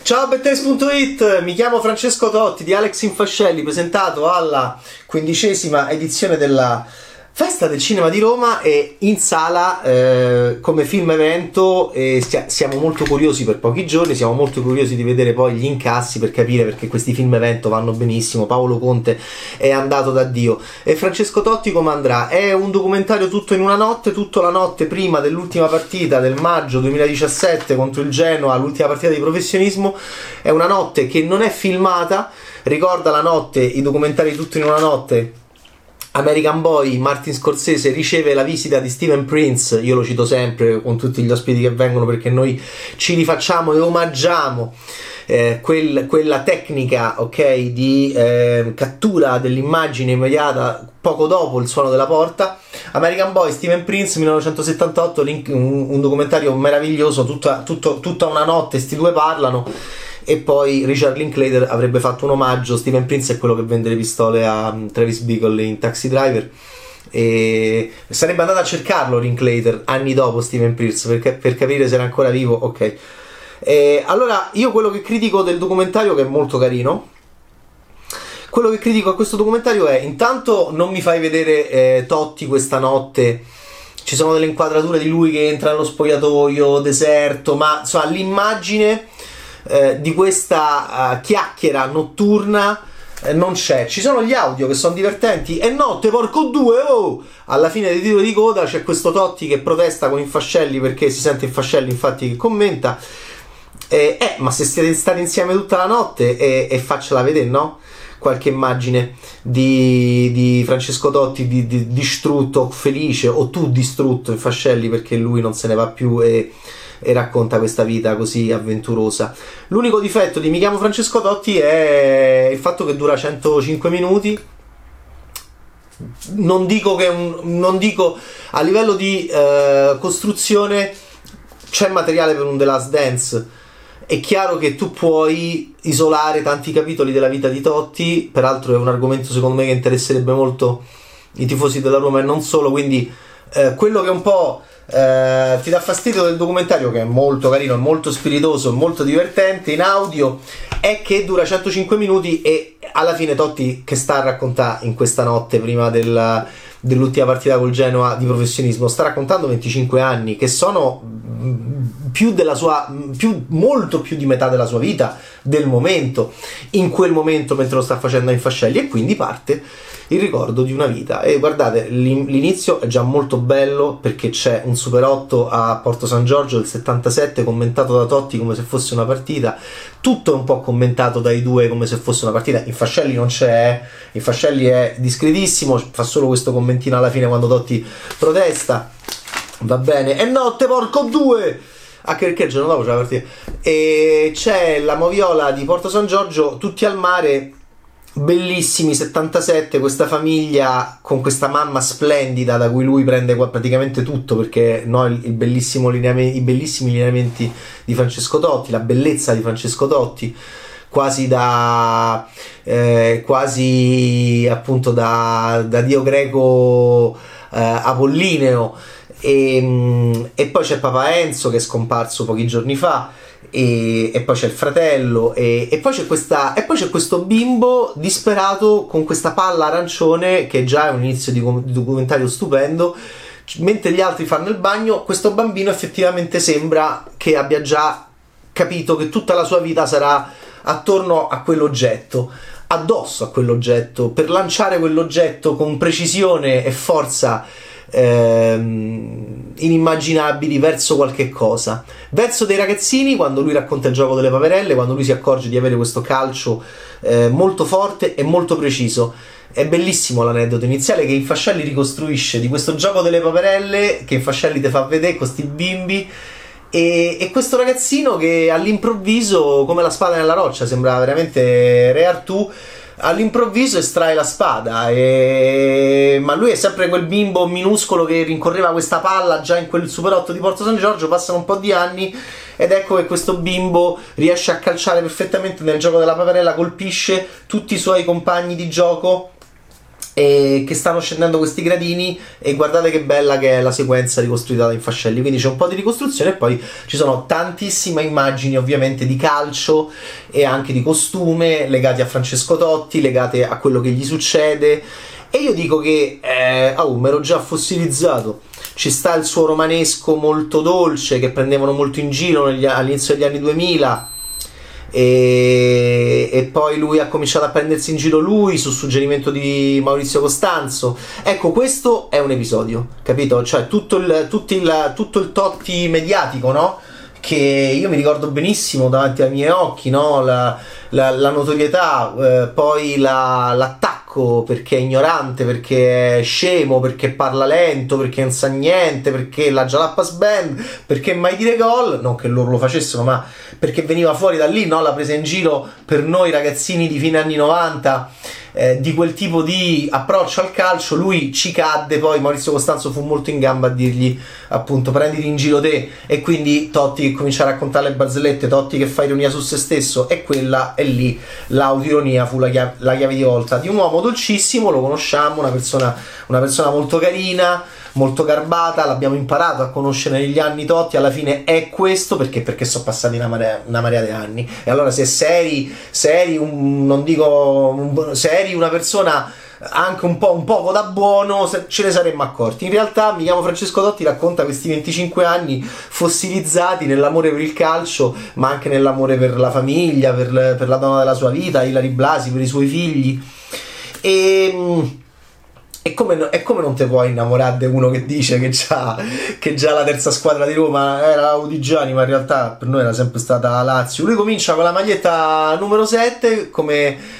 Ciao Bettes.it, mi chiamo Francesco Totti di Alex Infascelli, presentato alla 15ª edizione della Festa del Cinema di Roma e in sala come film evento. Siamo molto curiosi per pochi giorni, siamo molto curiosi di vedere poi gli incassi per capire perché questi film evento vanno benissimo. Paolo Conte è andato da Dio e Francesco Totti come andrà? È un documentario tutto in una notte, tutta la notte prima dell'ultima partita del maggio 2017 contro il Genoa, l'ultima partita di professionismo. È una notte che non è filmata, ricorda la notte, i documentari tutto in una notte. American Boy, Martin Scorsese riceve la visita di Steven Prince, io lo cito sempre con tutti gli ospiti che vengono perché noi ci rifacciamo e omaggiamo quella tecnica, ok, di cattura dell'immagine immediata poco dopo il suono della porta. American Boy, Steven Prince, 1978, un documentario meraviglioso, tutta una notte sti due parlano. E poi Richard Linklater avrebbe fatto un omaggio. Steven Prince è quello che vende le pistole a Travis Bickle in Taxi Driver, e sarebbe andato a cercarlo Linklater anni dopo Steven Prince per capire se era ancora vivo. Ok, allora io quello che critico del documentario, che è molto carino, quello che critico a questo documentario è: intanto non mi fai vedere Totti questa notte. Ci sono delle inquadrature di lui che entra nello spogliatoio deserto, ma insomma l'immagine di questa chiacchiera notturna non c'è. Ci sono gli audio che sono divertenti e notte porco due, oh! Alla fine dei titoli di coda c'è questo Totti che protesta con Infascelli, perché si sente Infascelli infatti che commenta ma se siete stati insieme tutta la notte, e faccela vedere, no? Qualche immagine di Francesco Totti distrutto, felice, o tu distrutto Infascelli perché lui non se ne va più e racconta questa vita così avventurosa. L'unico difetto di Mi chiamo Francesco Totti è il fatto che dura 105 minuti. Non dico a livello di costruzione c'è materiale per un The Last Dance. È chiaro che tu puoi isolare tanti capitoli della vita di Totti, peraltro è un argomento secondo me che interesserebbe molto i tifosi della Roma e non solo, quindi quello che un po' ti dà fastidio del documentario, che è molto carino, molto spiritoso, molto divertente in audio, è che dura 105 minuti e alla fine Totti che sta a raccontare in questa notte prima dell'ultima partita col Genoa di professionismo sta raccontando 25 anni che sono molto più di metà della sua vita, del momento, in quel momento mentre lo sta facendo a Infascelli, e quindi parte il ricordo di una vita. E guardate, l'inizio è già molto bello perché c'è un Super 8 a Porto San Giorgio del 77 commentato da Totti come se fosse una partita, tutto è un po' commentato dai due come se fosse una partita. Infascelli non c'è, Infascelli è discretissimo, fa solo questo commentino alla fine quando Totti protesta, va bene, è notte porco due, anche perché il giorno dopo c'è la partita, e c'è la moviola di Porto San Giorgio, tutti al mare, bellissimi, 77, questa famiglia con questa mamma splendida da cui lui prende praticamente tutto, perché no, i bellissimi lineamenti di Francesco Totti, la bellezza di Francesco Totti, quasi appunto da dio greco apollineo. E poi c'è Papa Enzo che è scomparso pochi giorni fa, e poi c'è il fratello, e poi c'è questo bimbo disperato con questa palla arancione, che già è un inizio di documentario stupendo. Mentre gli altri fanno il bagno, questo bambino effettivamente sembra che abbia già capito che tutta la sua vita sarà attorno a quell'oggetto, addosso a quell'oggetto, per lanciare quell'oggetto con precisione e forza inimmaginabili verso qualche cosa, verso dei ragazzini. Quando lui racconta il gioco delle paperelle, quando lui si accorge di avere questo calcio molto forte e molto preciso, è bellissimo l'aneddoto iniziale che Infascelli ricostruisce di questo gioco delle paperelle, che Infascelli te fa vedere con sti bimbi, e questo ragazzino che all'improvviso, come la spada nella roccia, sembra veramente Re Artù, all'improvviso estrae la spada, ma lui è sempre quel bimbo minuscolo che rincorreva questa palla già in quel Super 8 di Porto San Giorgio. Passano un po' di anni ed ecco che questo bimbo riesce a calciare perfettamente nel gioco della paperella, colpisce tutti i suoi compagni di gioco e che stanno scendendo questi gradini, e guardate che bella che è la sequenza ricostruita da Infascelli. Quindi c'è un po' di ricostruzione e poi ci sono tantissime immagini ovviamente di calcio e anche di costume legati a Francesco Totti, legate a quello che gli succede. E io dico che mi ero già fossilizzato. Ci sta il suo romanesco molto dolce che prendevano molto in giro all'inizio degli anni 2000, e poi lui ha cominciato a prendersi in giro lui su suggerimento di Maurizio Costanzo. Ecco, questo è un episodio, capito? Cioè tutto il Totti mediatico, no? Che io mi ricordo benissimo davanti ai miei occhi, no? La notorietà, poi l'attacco perché è ignorante, perché è scemo, perché parla lento, perché non sa niente, perché la Jalapas Band, perché mai dire gol, non che loro lo facessero, ma perché veniva fuori da lì, no? La presa in giro per noi ragazzini di fine anni 90, di quel tipo di approccio al calcio. Lui ci cadde, poi Maurizio Costanzo fu molto in gamba a dirgli appunto prenditi in giro te, e quindi Totti che comincia a raccontare le barzellette, Totti che fa ironia su se stesso, e quella è lì l'autironia fu la chiave di volta di un uomo dolcissimo. Lo conosciamo, una persona molto carina, molto garbata, l'abbiamo imparato a conoscere negli anni. Totti alla fine è questo perché sono passati una marea di anni, e allora se una persona anche un poco da buono, ce ne saremmo accorti. In realtà Mi chiamo Francesco Totti racconta questi 25 anni fossilizzati nell'amore per il calcio, ma anche nell'amore per la famiglia, per la donna della sua vita, Ilary Blasi, per i suoi figli. E come non te puoi innamorare di uno che dice che già la terza squadra di Roma era Audigiani, ma in realtà per noi era sempre stata la Lazio. Lui comincia con la maglietta numero 7, come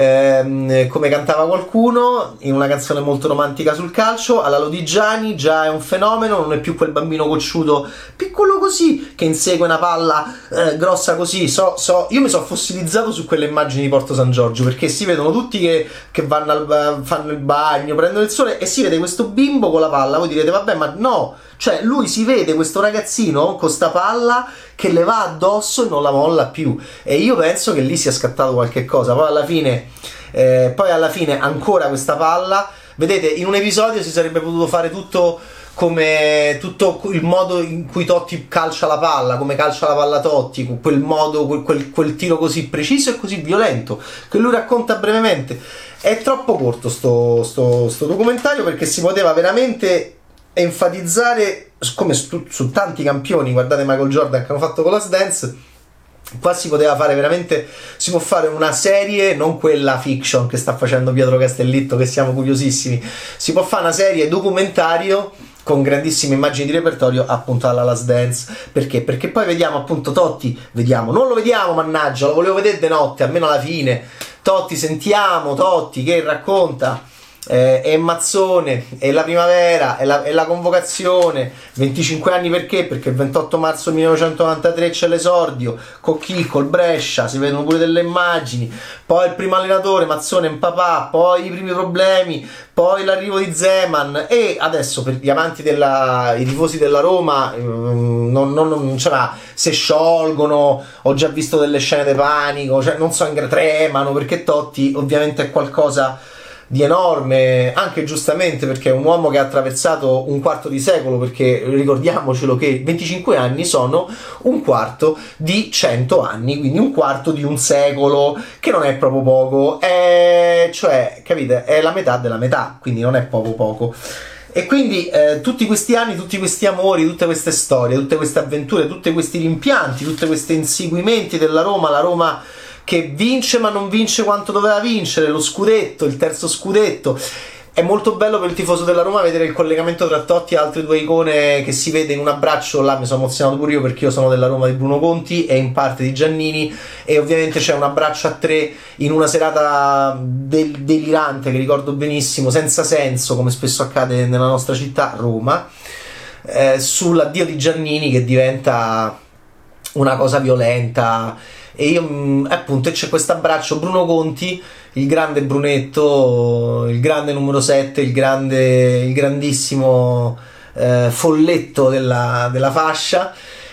cantava qualcuno in una canzone molto romantica sul calcio, alla Lodigiani. Già è un fenomeno, non è più quel bambino cocciuto piccolo così che insegue una palla grossa così. Io mi sono fossilizzato su quelle immagini di Porto San Giorgio, perché si vedono tutti che fanno il bagno, prendono il sole, e si vede questo bimbo con la palla. Voi direte vabbè, ma no, cioè lui si vede questo ragazzino con sta palla che le va addosso e non la molla più, e io penso che lì sia scattato qualche cosa. Poi alla fine ancora questa palla, vedete, in un episodio si sarebbe potuto fare tutto il modo in cui Totti calcia la palla, come calcia la palla Totti, quel modo, quel tiro così preciso e così violento che lui racconta brevemente. È troppo corto sto documentario, perché si poteva veramente enfatizzare, come su tanti campioni. Guardate Michael Jordan che hanno fatto con la Dance. Qua si può fare una serie, non quella fiction che sta facendo Pietro Castellitto, che siamo curiosissimi. Si può fare una serie documentario con grandissime immagini di repertorio, appunto alla Last Dance. Perché poi vediamo appunto Totti, non lo vediamo, mannaggia, lo volevo vedere de notte, almeno alla fine sentiamo Totti che racconta è Mazzone, è la primavera, è la convocazione, 25 anni perché il 28 marzo 1993 c'è l'esordio con col Brescia, si vedono pure delle immagini, poi il primo allenatore Mazzone in papà, poi i primi problemi, poi l'arrivo di Zeman, e adesso per gli amanti i tifosi della Roma non se sciolgono. Ho già visto delle scene di panico, cioè non so, tremano, perché Totti ovviamente è qualcosa di enorme, anche giustamente perché è un uomo che ha attraversato un quarto di secolo, perché ricordiamocelo che 25 anni sono un quarto di 100 anni, quindi un quarto di un secolo, che non è proprio poco, cioè capite, è la metà della metà, quindi non è poco. E quindi tutti questi anni, tutti questi amori, tutte queste storie, tutte queste avventure, tutti questi rimpianti, tutti questi inseguimenti della Roma, la Roma che vince ma non vince quanto doveva vincere, lo scudetto, il terzo scudetto. È molto bello per il tifoso della Roma vedere il collegamento tra Totti e altre due icone che si vede in un abbraccio. Là mi sono emozionato pure io, perché io sono della Roma di Bruno Conti e in parte di Giannini, e ovviamente c'è un abbraccio a tre in una serata delirante che ricordo benissimo, senza senso, come spesso accade nella nostra città, Roma, sull'addio di Giannini che diventa una cosa violenta. E io appunto c'è questo abbraccio, Bruno Conti, il grande Brunetto, il grande numero 7, il grandissimo folletto della fascia,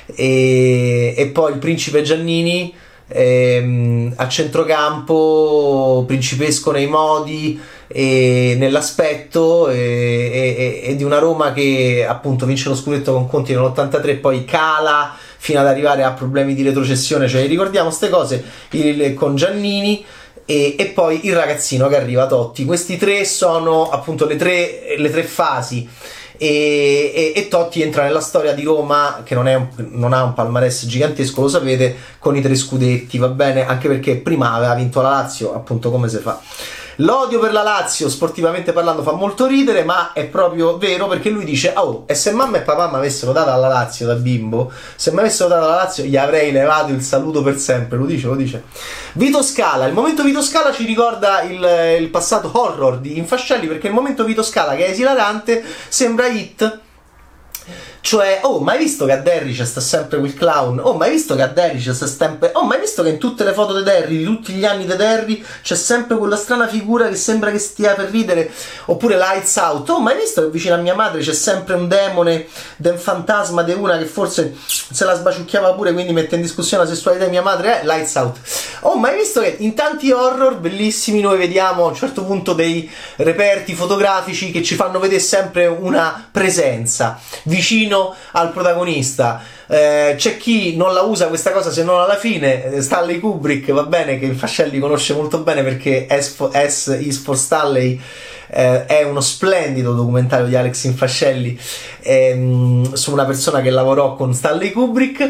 e poi il principe Giannini a centrocampo, principesco nei modi, e nell'aspetto e di una Roma che appunto vince lo scudetto con Conti nell'83, poi cala fino ad arrivare a problemi di retrocessione, cioè ricordiamo queste cose con Giannini e poi il ragazzino che arriva, Totti. Questi tre sono appunto le tre fasi. E Totti entra nella storia di Roma che non ha un palmarès gigantesco, lo sapete, con i 3 scudetti, va bene, anche perché prima aveva vinto la Lazio, appunto, come si fa. L'odio per la Lazio, sportivamente parlando, fa molto ridere, ma è proprio vero, perché lui dice: oh, e se mamma e papà mi avessero dato alla Lazio da bimbo, se mi avessero dato alla Lazio gli avrei levato il saluto per sempre. Lo dice. Vito Scala, il momento Vito Scala ci ricorda il passato horror di Infascelli, perché il momento Vito Scala, che è esilarante, sembra Hit. Cioè, oh, ma hai visto che a Derry c'è sta sempre quel clown? Oh, ma hai visto che a Derry c'è sta sempre... Oh, ma hai visto che in tutte le foto di Derry, di tutti gli anni di Derry, c'è sempre quella strana figura che sembra che stia per ridere? Oppure Lights Out. Oh, ma hai visto che vicino a mia madre c'è sempre un demone, un fantasma di una che forse se la sbaciucchiava pure, quindi mette in discussione la sessualità di mia madre? Lights Out. Oh, ma hai visto che in tanti horror bellissimi noi vediamo a un certo punto dei reperti fotografici che ci fanno vedere sempre una presenza vicino al protagonista. C'è chi non la usa questa cosa se non alla fine. Stanley Kubrick, va bene, che Fascelli conosce molto bene, perché S is for Stanley è uno splendido documentario di Alex Infascelli su una persona che lavorò con Stanley Kubrick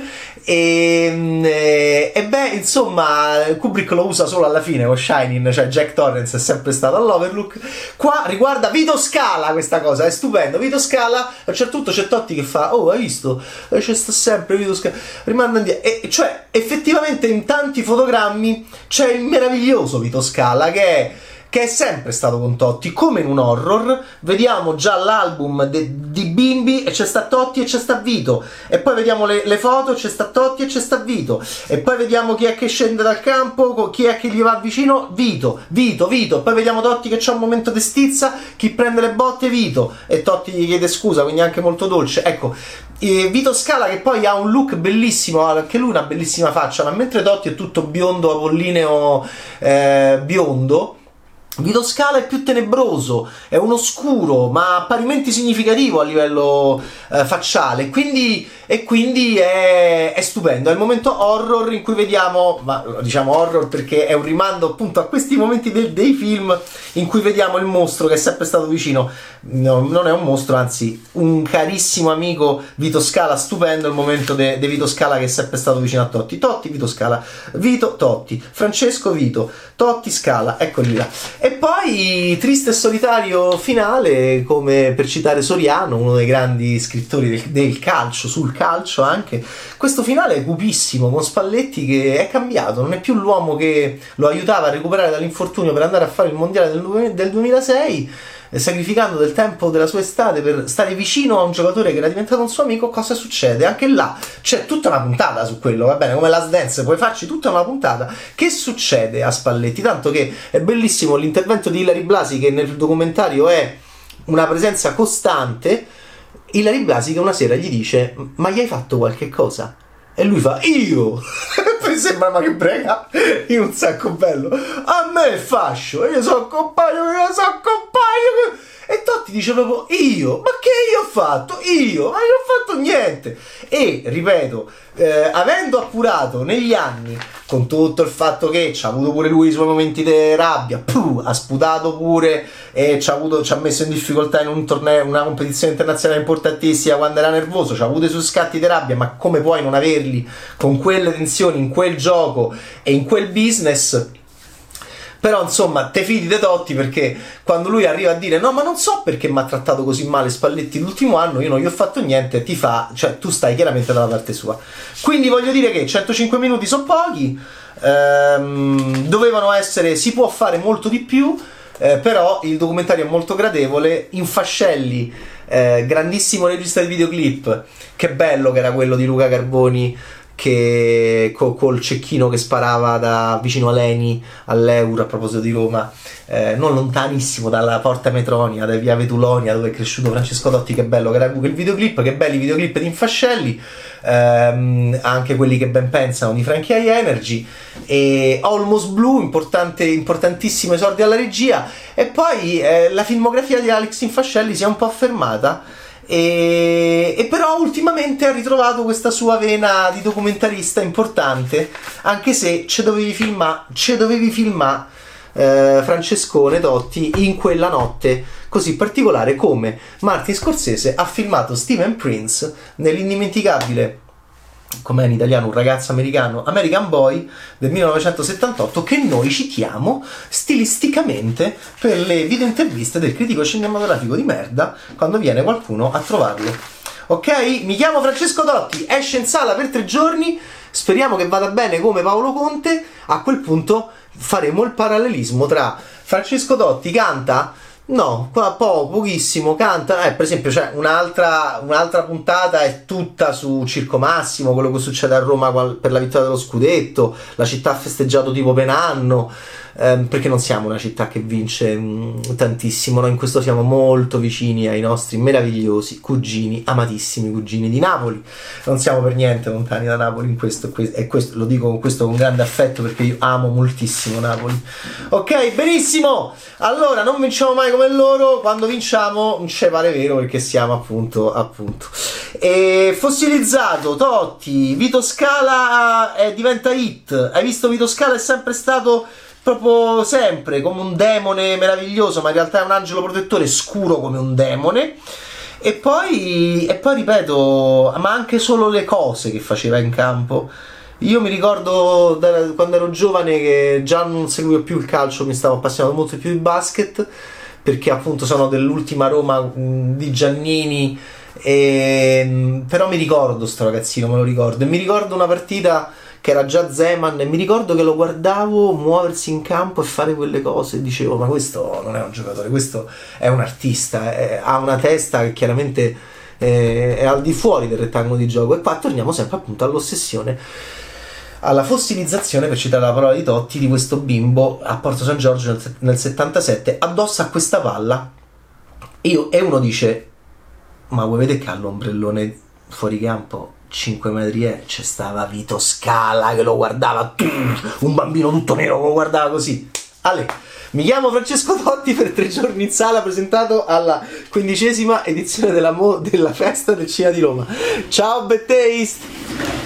e beh, insomma, Kubrick lo usa solo alla fine con Shining, cioè Jack Torrance è sempre stato all'Overlook. Qua riguarda Vito Scala, questa cosa è stupendo. Vito Scala, a un certo punto c'è Totti che fa: oh, hai visto? C'è sta sempre Vito Scala, rimanda indietro. E cioè effettivamente in tanti fotogrammi c'è il meraviglioso Vito Scala che è sempre stato con Totti, come in un horror. Vediamo già l'album di Bimbi e c'è sta Totti e c'è sta Vito, e poi vediamo le foto, c'è sta Totti e c'è sta Vito, e poi vediamo chi è che scende dal campo, chi è che gli va vicino, Vito, poi vediamo Totti che c'ha un momento di stizza, chi prende le botte, Vito, e Totti gli chiede scusa, quindi anche molto dolce. Ecco, Vito Scala che poi ha un look bellissimo, anche lui una bellissima faccia, ma mentre Totti è tutto biondo, apollineo, biondo, Vito Scala è più tenebroso, è un oscuro, ma parimenti significativo a livello facciale, quindi è stupendo. È il momento horror in cui vediamo, ma diciamo horror perché è un rimando appunto a questi momenti dei film in cui vediamo il mostro che è sempre stato vicino. No, non è un mostro, anzi un carissimo amico, Vito Scala. Stupendo il momento di Vito Scala che è sempre stato vicino a Totti. Totti, Vito Scala, Vito, Totti, Francesco, Vito, Totti, Scala, eccoli là. E poi triste e solitario finale, come per citare Soriano, uno dei grandi scrittori del calcio, sul calcio anche. Questo finale è cupissimo, con Spalletti che è cambiato, non è più l'uomo che lo aiutava a recuperare dall'infortunio per andare a fare il mondiale del 2006, sacrificando del tempo della sua estate per stare vicino a un giocatore che era diventato un suo amico. Cosa succede? Anche là c'è tutta una puntata su quello, va bene, come Last Dance, puoi farci tutta una puntata. Che succede a Spalletti? Tanto che è bellissimo l'intervento di Ilary Blasi, che nel documentario è una presenza costante. Ilary Blasi che una sera gli dice: ma gli hai fatto qualche cosa? E lui fa: io? Mi sembra, ma che brega, io un sacco bello, a me è fascio, io sono compagno. E Totti dice proprio: io? Ma che io ho fatto? Io? Ma io non ho fatto niente. E ripeto, avendo appurato negli anni, con tutto il fatto che c'ha avuto pure lui i suoi momenti di rabbia, ha sputato pure e ci ha messo in difficoltà in un torneo, una competizione internazionale importantissima quando era nervoso, c'ha avuto i suoi scatti di rabbia, ma come puoi non averli con quelle tensioni, in quel gioco e in quel business? Però insomma te fidi di Totti, perché quando lui arriva a dire: no, ma non so perché mi ha trattato così male Spalletti l'ultimo anno, io non gli ho fatto niente, ti fa, cioè tu stai chiaramente dalla parte sua. Quindi voglio dire che 105 minuti sono pochi, dovevano essere, si può fare molto di più, però il documentario è molto gradevole. Infascelli, grandissimo regista di videoclip, che bello che era quello di Luca Carboni, col cecchino che sparava da vicino a Leni, all'Euro, a proposito di Roma, non lontanissimo dalla Porta Metronia, da via Vetulonia, dove è cresciuto Francesco Totti. Che bello che era quel videoclip, che belli videoclip di Infascelli, anche quelli che ben pensano di Frankie High Energy, e Almost Blue, importantissimo esordio alla regia, e poi la filmografia di Alex Infascelli si è un po' fermata, e però ultimamente ha ritrovato questa sua vena di documentarista importante, anche se ci dovevi filmare Francescone Totti in quella notte così particolare, come Martin Scorsese ha filmato Steven Prince nell'indimenticabile, com'è in italiano, Un ragazzo americano, American Boy del 1978, che noi citiamo stilisticamente per le video interviste del critico cinematografico di merda, quando viene qualcuno a trovarlo. Ok? Mi chiamo Francesco Totti, esce in sala per 3 giorni, speriamo che vada bene come Paolo Conte. A quel punto faremo il parallelismo tra Francesco Totti canta, no, pochissimo canta, per esempio c'è un'altra puntata è tutta su Circo Massimo, quello che succede a Roma per la vittoria dello scudetto, la città ha festeggiato tipo per anno, perché non siamo una città che vince tantissimo, noi in questo siamo molto vicini ai nostri meravigliosi cugini, amatissimi cugini di Napoli, non siamo per niente lontani da Napoli in questo, e questo lo dico con grande affetto, perché io amo moltissimo Napoli. Ok, benissimo, allora non vinciamo mai come loro, quando vinciamo non ci pare vero, perché siamo appunto. E fossilizzato Totti, Vito Scala diventa hit. Hai visto, Vito Scala è sempre stato proprio sempre come un demone meraviglioso, ma in realtà è un angelo protettore scuro come un demone. E poi ripeto, ma anche solo le cose che faceva in campo. Io mi ricordo quando ero giovane che già non seguivo più il calcio, mi stavo appassionando molto più di basket, perché appunto sono dell'ultima Roma di Giannini, però mi ricordo sto ragazzino, me lo ricordo, e mi ricordo una partita che era già Zeman, e mi ricordo che lo guardavo muoversi in campo e fare quelle cose, e dicevo, ma questo non è un giocatore, questo è un artista, ha una testa che chiaramente è al di fuori del rettangolo di gioco. E qua torniamo sempre appunto all'ossessione, alla fossilizzazione, per citare la parola di Totti, di questo bimbo a Porto San Giorgio nel 77, addosso a questa palla, e uno dice, ma vuoi vedere che all'ombrellone fuori campo 5 metri c'è stava Vito Scala che lo guardava, un bambino tutto nero che lo guardava così. Ale, mi chiamo Francesco Totti, per 3 giorni in sala, presentato alla 15ª edizione della festa del cinema di Roma. Ciao, Bad Taste!